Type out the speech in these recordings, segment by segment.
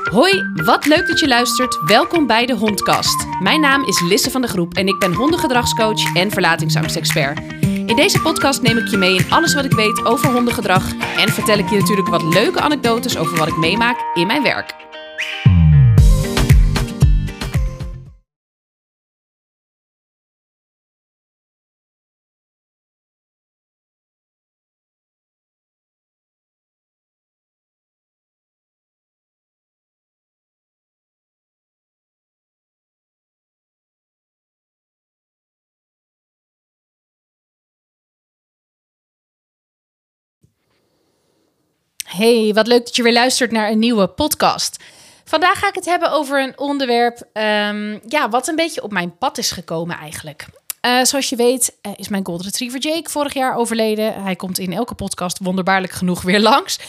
Hoi, wat leuk dat je luistert. Welkom bij de Hondkast. Mijn naam is Lisse van de Groep en ik ben hondengedragscoach en verlatingsangstexpert. In deze podcast neem ik je mee in alles wat ik weet over hondengedrag en vertel ik je natuurlijk wat leuke anekdotes over wat ik meemaak in mijn werk. Hey, wat leuk dat je weer luistert naar een nieuwe podcast. Vandaag ga ik het hebben over een onderwerp wat een beetje op mijn pad is gekomen eigenlijk. Zoals je weet is mijn Golden Retriever Jake vorig jaar overleden. Hij komt in elke podcast wonderbaarlijk genoeg weer langs.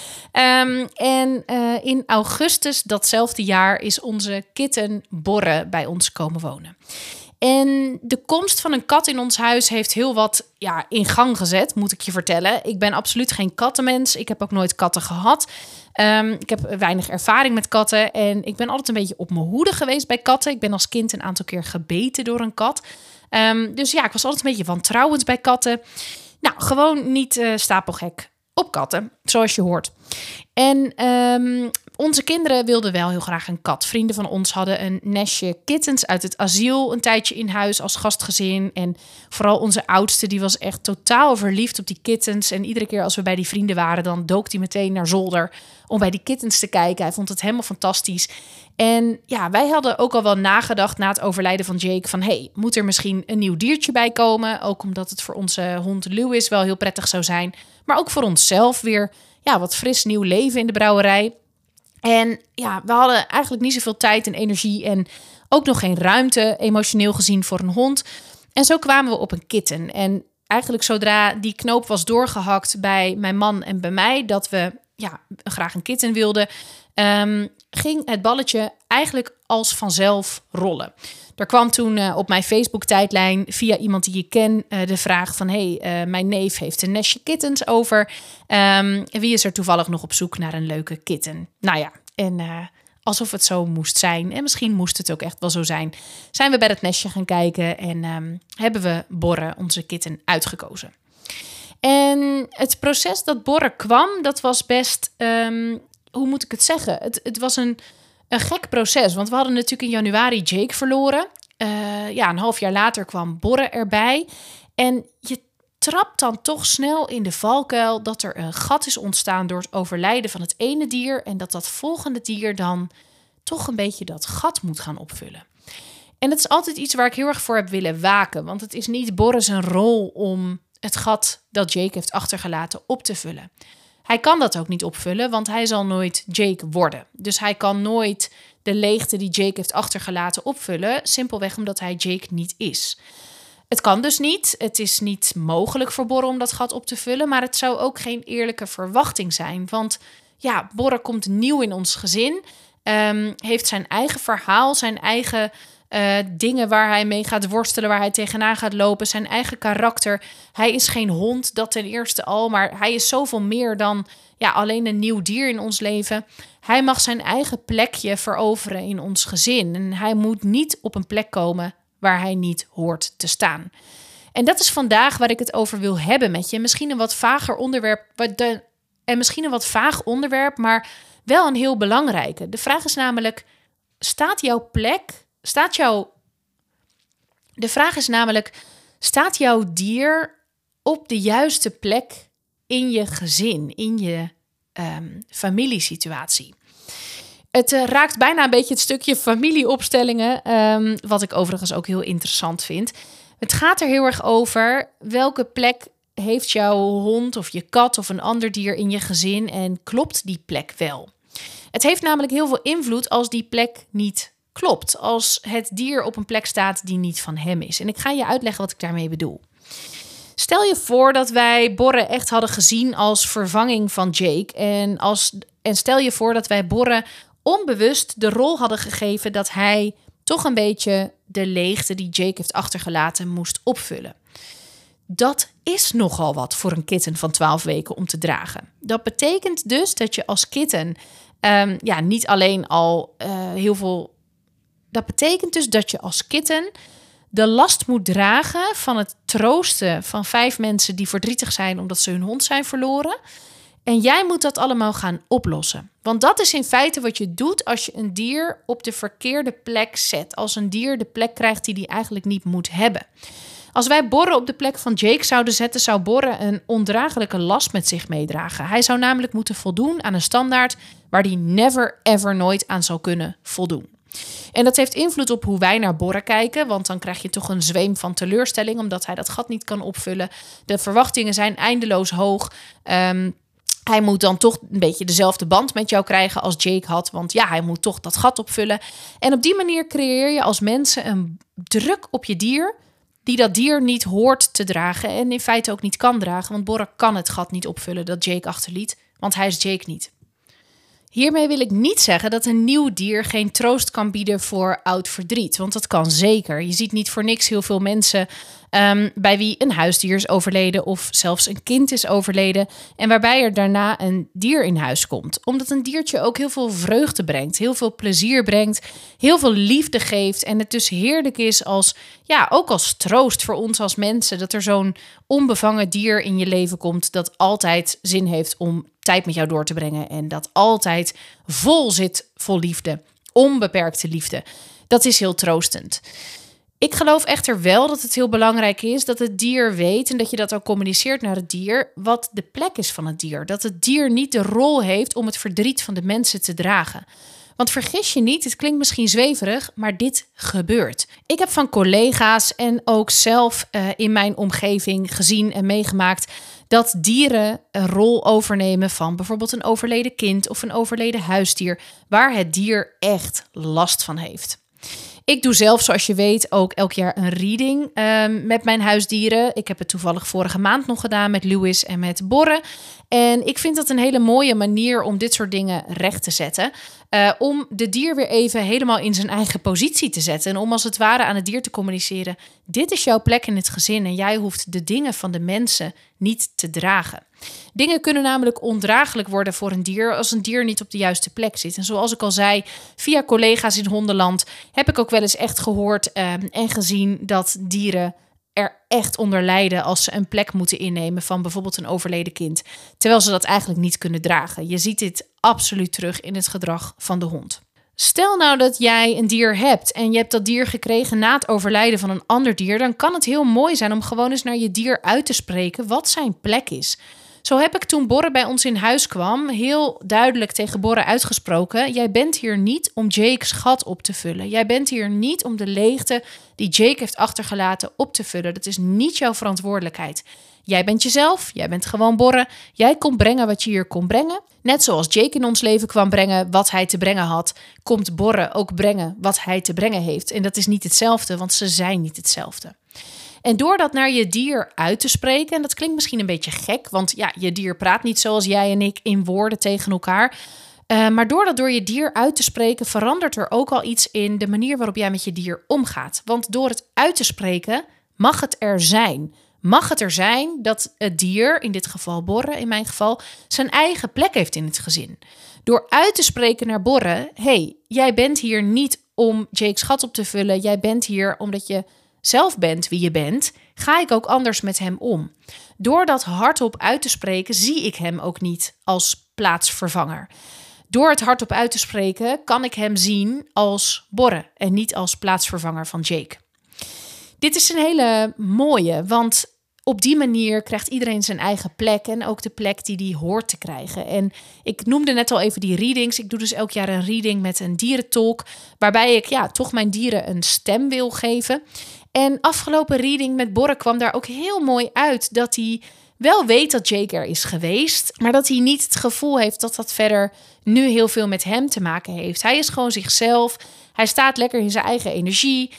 In augustus datzelfde jaar is onze kitten Borre bij ons komen wonen. En de komst van een kat in ons huis heeft heel wat in gang gezet, moet ik je vertellen. Ik ben absoluut geen kattenmens. Ik heb ook nooit katten gehad. Ik heb weinig ervaring met katten. En ik ben altijd een beetje op mijn hoede geweest bij katten. Ik ben als kind een aantal keer gebeten door een kat. Dus ik was altijd een beetje wantrouwend bij katten. Nou, gewoon niet stapelgek op katten, zoals je hoort. En onze kinderen wilden wel heel graag een kat. Vrienden van ons hadden een nestje kittens uit het asiel een tijdje in huis als gastgezin. En vooral onze oudste, die was echt totaal verliefd op die kittens. En iedere keer als we bij die vrienden waren, dan dook hij meteen naar zolder om bij die kittens te kijken. Hij vond het helemaal fantastisch. En wij hadden ook al wel nagedacht na het overlijden van Jake van moet er misschien een nieuw diertje bij komen? Ook omdat het voor onze hond Lewis wel heel prettig zou zijn. Maar ook voor onszelf weer wat fris nieuw leven in de brouwerij. En we hadden eigenlijk niet zoveel tijd en energie en ook nog geen ruimte emotioneel gezien voor een hond. En zo kwamen we op een kitten. En eigenlijk zodra die knoop was doorgehakt bij mijn man en bij mij, dat we graag een kitten wilden, ging het balletje eigenlijk als vanzelf rollen. Er kwam toen op mijn Facebook-tijdlijn via iemand die ik ken de vraag van mijn neef heeft een nestje kittens over. Wie is er toevallig nog op zoek naar een leuke kitten? Alsof het zo moest zijn, en misschien moest het ook echt wel zo zijn, zijn we bij het nestje gaan kijken en hebben we Borre, onze kitten, uitgekozen. En het proces dat Borre kwam, dat was best, hoe moet ik het zeggen? Het was een gek proces, want we hadden natuurlijk in januari Jake verloren. Een half jaar later kwam Borre erbij. En je trapt dan toch snel in de valkuil dat er een gat is ontstaan door het overlijden van het ene dier en dat volgende dier dan toch een beetje dat gat moet gaan opvullen. En dat is altijd iets waar ik heel erg voor heb willen waken, want het is niet Borre zijn rol om het gat dat Jake heeft achtergelaten op te vullen. Hij kan dat ook niet opvullen, want hij zal nooit Jake worden. Dus hij kan nooit de leegte die Jake heeft achtergelaten opvullen, simpelweg omdat hij Jake niet is. Het kan dus niet. Het is niet mogelijk voor Borre om dat gat op te vullen, maar het zou ook geen eerlijke verwachting zijn. Want Borre komt nieuw in ons gezin, heeft zijn eigen verhaal, zijn eigen dingen waar hij mee gaat worstelen, waar hij tegenaan gaat lopen, zijn eigen karakter. Hij is geen hond, dat ten eerste al, maar hij is zoveel meer dan alleen een nieuw dier in ons leven. Hij mag zijn eigen plekje veroveren in ons gezin en hij moet niet op een plek komen waar hij niet hoort te staan. En dat is vandaag waar ik het over wil hebben met je. Misschien een wat vager onderwerp, maar wel een heel belangrijke. De vraag is namelijk, staat jouw dier op de juiste plek in je gezin, in je familiesituatie? Het raakt bijna een beetje het stukje familieopstellingen, wat ik overigens ook heel interessant vind. Het gaat er heel erg over welke plek heeft jouw hond of je kat of een ander dier in je gezin en klopt die plek wel? Het heeft namelijk heel veel invloed als die plek niet klopt, als het dier op een plek staat die niet van hem is. En ik ga je uitleggen wat ik daarmee bedoel. Stel je voor dat wij Borre echt hadden gezien als vervanging van Jake. En stel je voor dat wij Borre onbewust de rol hadden gegeven dat hij toch een beetje de leegte die Jake heeft achtergelaten moest opvullen. Dat is nogal wat voor een kitten van 12 weken om te dragen. Dat betekent dus dat je als kitten Niet alleen al heel veel. Dat betekent dus dat je als kitten de last moet dragen van het troosten van 5 mensen die verdrietig zijn omdat ze hun hond zijn verloren. En jij moet dat allemaal gaan oplossen. Want dat is in feite wat je doet als je een dier op de verkeerde plek zet. Als een dier de plek krijgt die hij eigenlijk niet moet hebben. Als wij Borre op de plek van Jake zouden zetten, zou Borre een ondraaglijke last met zich meedragen. Hij zou namelijk moeten voldoen aan een standaard waar hij never ever nooit aan zou kunnen voldoen. En dat heeft invloed op hoe wij naar Borre kijken, want dan krijg je toch een zweem van teleurstelling omdat hij dat gat niet kan opvullen. De verwachtingen zijn eindeloos hoog. Hij moet dan toch een beetje dezelfde band met jou krijgen als Jake had, want ja, hij moet toch dat gat opvullen. En op die manier creëer je als mensen een druk op je dier die dat dier niet hoort te dragen en in feite ook niet kan dragen, want Borre kan het gat niet opvullen dat Jake achterliet, want hij is Jake niet. Hiermee wil ik niet zeggen dat een nieuw dier geen troost kan bieden voor oud verdriet. Want dat kan zeker. Je ziet niet voor niks heel veel mensen bij wie een huisdier is overleden of zelfs een kind is overleden. En waarbij er daarna een dier in huis komt. Omdat een diertje ook heel veel vreugde brengt, heel veel plezier brengt, heel veel liefde geeft. En het dus heerlijk is ook als troost voor ons als mensen. Dat er zo'n onbevangen dier in je leven komt dat altijd zin heeft om tijd met jou door te brengen en dat altijd vol zit vol liefde, onbeperkte liefde. Dat is heel troostend. Ik geloof echter wel dat het heel belangrijk is dat het dier weet en dat je dat ook communiceert naar het dier, wat de plek is van het dier. Dat het dier niet de rol heeft om het verdriet van de mensen te dragen. Want vergis je niet, het klinkt misschien zweverig, maar dit gebeurt. Ik heb van collega's en ook zelf in mijn omgeving gezien en meegemaakt dat dieren een rol overnemen van bijvoorbeeld een overleden kind of een overleden huisdier, waar het dier echt last van heeft. Ik doe zelf, zoals je weet, ook elk jaar een reading met mijn huisdieren. Ik heb het toevallig vorige maand nog gedaan met Louis en met Borre. En ik vind dat een hele mooie manier om dit soort dingen recht te zetten. Om de dier weer even helemaal in zijn eigen positie te zetten. En om als het ware aan het dier te communiceren: dit is jouw plek in het gezin en jij hoeft de dingen van de mensen niet te dragen. Dingen kunnen namelijk ondraaglijk worden voor een dier als een dier niet op de juiste plek zit. En zoals ik al zei, via collega's in hondenland heb ik ook wel eens echt gehoord en gezien dat dieren er echt onder lijden als ze een plek moeten innemen van bijvoorbeeld een overleden kind, terwijl ze dat eigenlijk niet kunnen dragen. Je ziet dit absoluut terug in het gedrag van de hond. Stel nou dat jij een dier hebt en je hebt dat dier gekregen na het overlijden van een ander dier, dan kan het heel mooi zijn om gewoon eens naar je dier uit te spreken wat zijn plek is. Zo heb ik toen Borre bij ons in huis kwam heel duidelijk tegen Borre uitgesproken: jij bent hier niet om Jake's gat op te vullen. Jij bent hier niet om de leegte die Jake heeft achtergelaten op te vullen. Dat is niet jouw verantwoordelijkheid. Jij bent jezelf, jij bent gewoon Borre. Jij komt brengen wat je hier kon brengen. Net zoals Jake in ons leven kwam brengen wat hij te brengen had, komt Borre ook brengen wat hij te brengen heeft. En dat is niet hetzelfde, want ze zijn niet hetzelfde. En door dat naar je dier uit te spreken, en dat klinkt misschien een beetje gek, want ja, je dier praat niet zoals jij en ik in woorden tegen elkaar. Maar door dat door je dier uit te spreken, verandert er ook al iets in de manier waarop jij met je dier omgaat. Want door het uit te spreken, mag het er zijn. Mag het er zijn dat het dier, in dit geval Borre, in mijn geval, zijn eigen plek heeft in het gezin. Door uit te spreken naar Borre: hey, jij bent hier niet om Jake's gat op te vullen. Jij bent hier omdat je zelf bent wie je bent, ga ik ook anders met hem om. Door dat hardop uit te spreken, zie ik hem ook niet als plaatsvervanger. Door het hardop uit te spreken, kan ik hem zien als Borre en niet als plaatsvervanger van Jake. Dit is een hele mooie, want op die manier krijgt iedereen zijn eigen plek en ook de plek die hij hoort te krijgen. En ik noemde net al even die readings. Ik doe dus elk jaar een reading met een dierentolk, waarbij ik toch mijn dieren een stem wil geven. En afgelopen reading met Borre kwam daar ook heel mooi uit dat hij wel weet dat Jake er is geweest, maar dat hij niet het gevoel heeft dat dat verder nu heel veel met hem te maken heeft. Hij is gewoon zichzelf. Hij staat lekker in zijn eigen energie.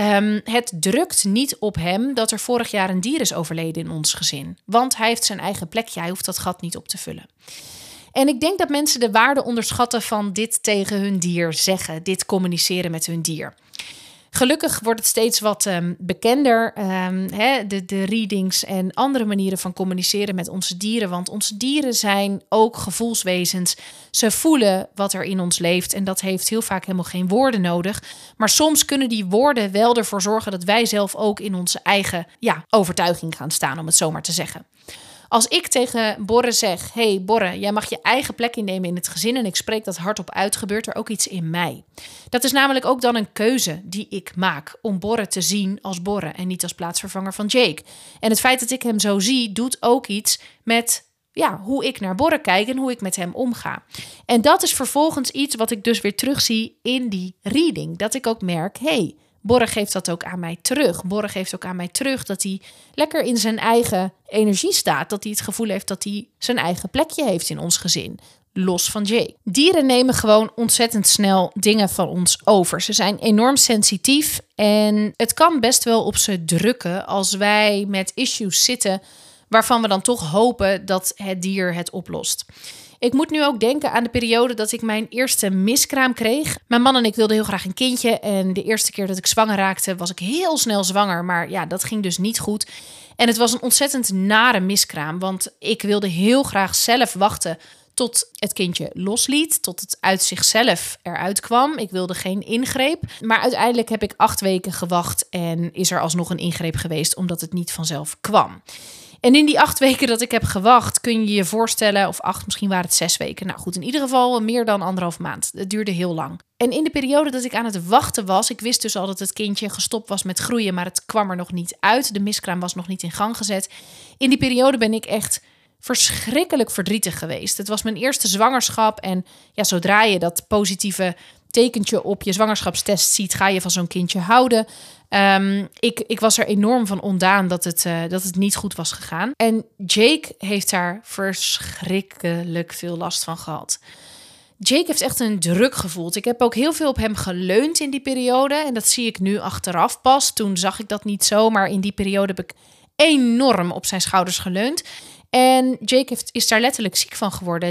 Het drukt niet op hem dat er vorig jaar een dier is overleden in ons gezin. Want hij heeft zijn eigen plekje. Hij hoeft dat gat niet op te vullen. En ik denk dat mensen de waarde onderschatten van dit tegen hun dier zeggen. Dit communiceren met hun dier. Gelukkig wordt het steeds wat bekender, de readings en andere manieren van communiceren met onze dieren. Want onze dieren zijn ook gevoelswezens. Ze voelen wat er in ons leeft en dat heeft heel vaak helemaal geen woorden nodig. Maar soms kunnen die woorden wel ervoor zorgen dat wij zelf ook in onze eigen overtuiging gaan staan, om het zo maar te zeggen. Als ik tegen Borre zeg, hey Borre, jij mag je eigen plek innemen in het gezin en ik spreek dat hardop uit, gebeurt er ook iets in mij. Dat is namelijk ook dan een keuze die ik maak om Borre te zien als Borre en niet als plaatsvervanger van Jake. En het feit dat ik hem zo zie, doet ook iets met hoe ik naar Borre kijk en hoe ik met hem omga. En dat is vervolgens iets wat ik dus weer terugzie in die reading. Dat ik ook merk, hey, Borre geeft dat ook aan mij terug. Borre geeft ook aan mij terug dat hij lekker in zijn eigen energie staat. Dat hij het gevoel heeft dat hij zijn eigen plekje heeft in ons gezin. Los van Jake. Dieren nemen gewoon ontzettend snel dingen van ons over. Ze zijn enorm sensitief en het kan best wel op ze drukken als wij met issues zitten waarvan we dan toch hopen dat het dier het oplost. Ik moet nu ook denken aan de periode dat ik mijn eerste miskraam kreeg. Mijn man en ik wilden heel graag een kindje. En de eerste keer dat ik zwanger raakte, was ik heel snel zwanger. Maar dat ging dus niet goed. En het was een ontzettend nare miskraam. Want ik wilde heel graag zelf wachten tot het kindje losliet. Tot het uit zichzelf eruit kwam. Ik wilde geen ingreep. Maar uiteindelijk heb ik 8 weken gewacht. En is er alsnog een ingreep geweest omdat het niet vanzelf kwam. En in die 8 weken dat ik heb gewacht, kun je je voorstellen, of 8, misschien waren het 6 weken. Nou goed, in ieder geval meer dan 1,5 maand. Het duurde heel lang. En in de periode dat ik aan het wachten was, ik wist dus al dat het kindje gestopt was met groeien, maar het kwam er nog niet uit. De miskraam was nog niet in gang gezet. In die periode ben ik echt verschrikkelijk verdrietig geweest. Het was mijn eerste zwangerschap en zodra je dat positieve tekentje op je zwangerschapstest ziet, ga je van zo'n kindje houden. Ik was er enorm van ontdaan dat het niet goed was gegaan. En Jake heeft daar verschrikkelijk veel last van gehad. Jake heeft echt een druk gevoeld. Ik heb ook heel veel op hem geleund in die periode. En dat zie ik nu achteraf pas. Toen zag ik dat niet zo, maar in die periode heb ik enorm op zijn schouders geleund. En Jake is daar letterlijk ziek van geworden.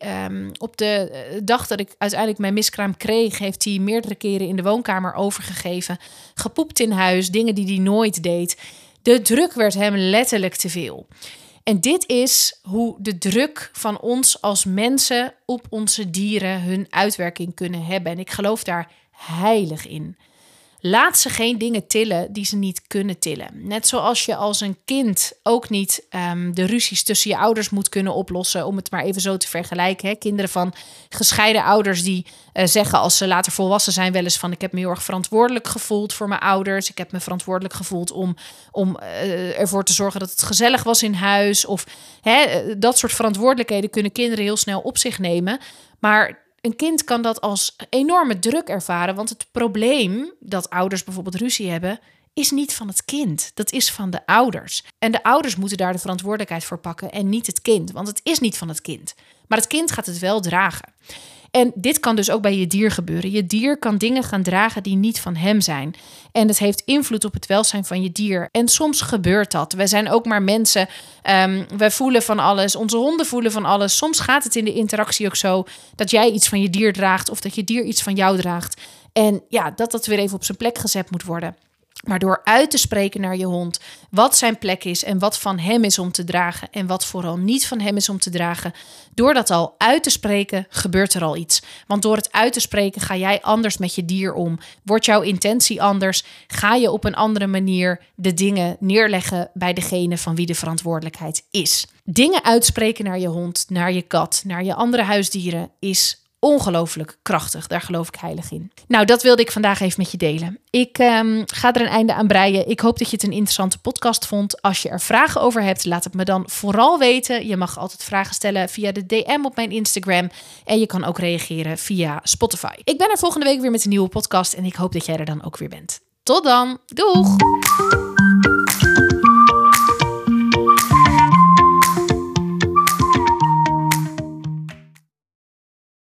Op de dag dat ik uiteindelijk mijn miskraam kreeg, heeft hij meerdere keren in de woonkamer overgegeven. Gepoept in huis, dingen die hij nooit deed. De druk werd hem letterlijk te veel. En dit is hoe de druk van ons als mensen op onze dieren hun uitwerking kunnen hebben. En ik geloof daar heilig in. Laat ze geen dingen tillen die ze niet kunnen tillen. Net zoals je als een kind ook niet de ruzies tussen je ouders moet kunnen oplossen. Om het maar even zo te vergelijken. Hè. Kinderen van gescheiden ouders die zeggen als ze later volwassen zijn wel eens van, ik heb me heel erg verantwoordelijk gevoeld voor mijn ouders. Ik heb me verantwoordelijk gevoeld om ervoor te zorgen dat het gezellig was in huis. Of dat soort verantwoordelijkheden kunnen kinderen heel snel op zich nemen. Maar een kind kan dat als enorme druk ervaren, want het probleem dat ouders bijvoorbeeld ruzie hebben, is niet van het kind. Dat is van de ouders. En de ouders moeten daar de verantwoordelijkheid voor pakken en niet het kind, want het is niet van het kind. Maar het kind gaat het wel dragen. En dit kan dus ook bij je dier gebeuren. Je dier kan dingen gaan dragen die niet van hem zijn. En het heeft invloed op het welzijn van je dier. En soms gebeurt dat. Wij zijn ook maar mensen. Wij voelen van alles. Onze honden voelen van alles. Soms gaat het in de interactie ook zo dat jij iets van je dier draagt of dat je dier iets van jou draagt. En dat weer even op zijn plek gezet moet worden. Maar door uit te spreken naar je hond wat zijn plek is en wat van hem is om te dragen en wat vooral niet van hem is om te dragen, door dat al uit te spreken gebeurt er al iets. Want door het uit te spreken ga jij anders met je dier om. Wordt jouw intentie anders? Ga je op een andere manier de dingen neerleggen bij degene van wie de verantwoordelijkheid is. Dingen uitspreken naar je hond, naar je kat, naar je andere huisdieren is ongelooflijk krachtig. Daar geloof ik heilig in. Nou, dat wilde ik vandaag even met je delen. Ik ga er een einde aan breien. Ik hoop dat je het een interessante podcast vond. Als je er vragen over hebt, laat het me dan vooral weten. Je mag altijd vragen stellen via de DM op mijn Instagram. En je kan ook reageren via Spotify. Ik ben er volgende week weer met een nieuwe podcast en ik hoop dat jij er dan ook weer bent. Tot dan. Doeg!